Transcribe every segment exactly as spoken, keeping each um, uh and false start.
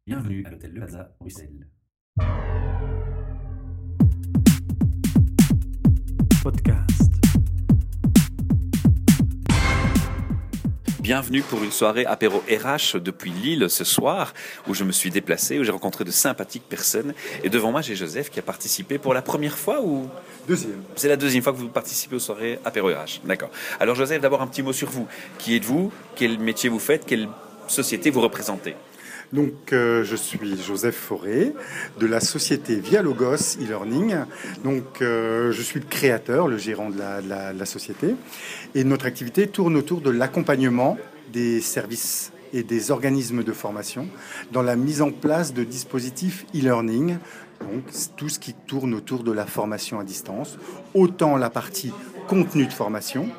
Bienvenue à l'hôtel Le Plaza, Bruxelles. Podcast. Bienvenue pour une soirée apéro R H depuis Lille ce soir, où je me suis déplacé, où j'ai rencontré de sympathiques personnes. Et devant moi, j'ai Joseph qui a participé pour la première fois ou... Deuxième. C'est la deuxième fois que vous participez aux soirées apéro R H. D'accord. Alors Joseph, d'abord un petit mot sur vous. Qui êtes-vous? Quel métier vous faites? Quelle société vous représentez? Donc, euh, je suis Joseph Fauré de la société Vialogos e-learning. Donc, euh, je suis le créateur, le gérant de la, de, la, de la société. Et notre activité tourne autour de l'accompagnement des services et des organismes de formation dans la mise en place de dispositifs e-learning. Donc, tout ce qui tourne autour de la formation à distance, autant la partie contenu de formation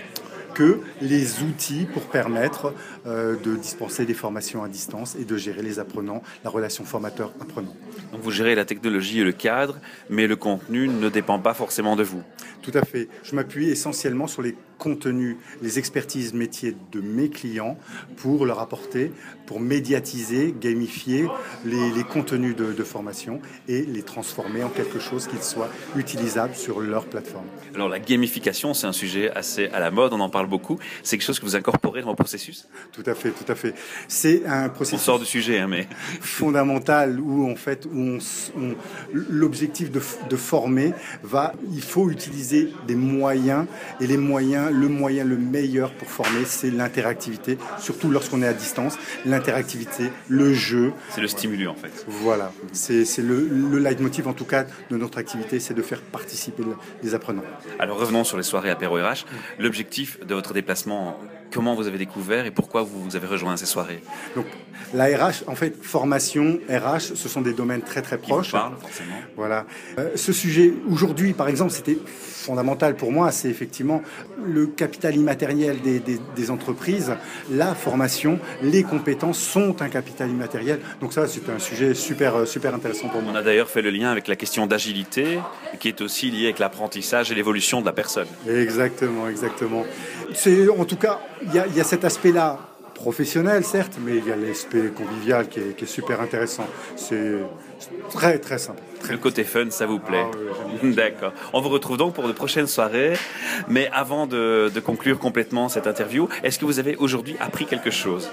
que les outils pour permettre euh, de dispenser des formations à distance et de gérer les apprenants, la relation formateur-apprenant. Donc vous gérez la technologie et le cadre, mais le contenu ne dépend pas forcément de vous. Tout à fait. Je m'appuie essentiellement sur les contenus, les expertises métiers de mes clients pour leur apporter, pour médiatiser, gamifier les, les contenus de, de formation et les transformer en quelque chose qui soit utilisable sur leur plateforme. Alors la gamification, c'est un sujet assez à la mode, on en parle beaucoup. C'est quelque chose que vous incorporez dans vos processus? Tout à fait, tout à fait. C'est un processus... On sort du sujet, hein, mais... fondamental où en fait où on, on, l'objectif de, de former va, il faut utiliser des moyens et les moyens, le moyen le meilleur pour former, c'est l'interactivité, surtout lorsqu'on est à distance, l'interactivité, le jeu. C'est le stimulant en fait. Voilà, c'est, c'est le, le leitmotiv en tout cas de notre activité, c'est de faire participer les apprenants. Alors revenons sur les soirées apéro R H. L'objectif de votre déplacement, comment vous avez découvert et pourquoi vous avez rejoint ces soirées? Donc la R H, en fait, formation, R H, ce sont des domaines très très proches. Qui vous parlent, forcément. Voilà. Euh, ce sujet, aujourd'hui, par exemple, c'était fondamental pour moi, c'est effectivement le capital immatériel des, des, des entreprises. La formation, les compétences sont un capital immatériel. Donc ça, c'est un sujet super, super intéressant pour moi. On a d'ailleurs fait le lien avec la question d'agilité, qui est aussi liée avec l'apprentissage et l'évolution de la personne. Exactement, exactement. C'est, en tout cas, il y a, y a cet aspect-là professionnel, certes, mais il y a l'aspect convivial qui est, qui est super intéressant. C'est très, très simple. Très le côté fun, ça vous plaît? Ah, oui, d'accord. On vous retrouve donc pour de prochaines soirées. Mais avant de, de conclure complètement cette interview, est-ce que vous avez aujourd'hui appris quelque chose?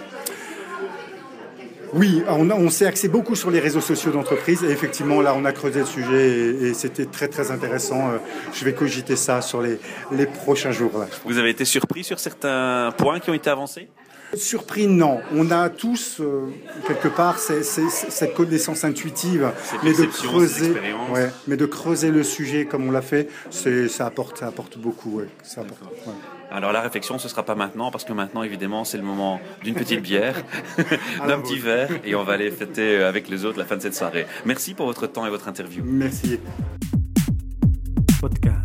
Oui, on, a, on s'est axé beaucoup sur les réseaux sociaux d'entreprise et effectivement là on a creusé le sujet et, et c'était très très intéressant. Je vais cogiter ça sur les, les prochains jours. Là. Vous avez été surpris sur certains points qui ont été avancés? Surpris, non. On a tous, euh, quelque part, c'est, c'est, c'est cette connaissance intuitive, mais de, creuser, ouais, mais de creuser le sujet comme on l'a fait, c'est, ça, apporte, ça apporte beaucoup. Ouais, ça apporte, ouais. Alors la réflexion, ce ne sera pas maintenant, parce que maintenant, évidemment, c'est le moment d'une petite bière, d'un petit verre, et on va aller fêter avec les autres la fin de cette soirée. Merci pour votre temps et votre interview. Merci. Podcast.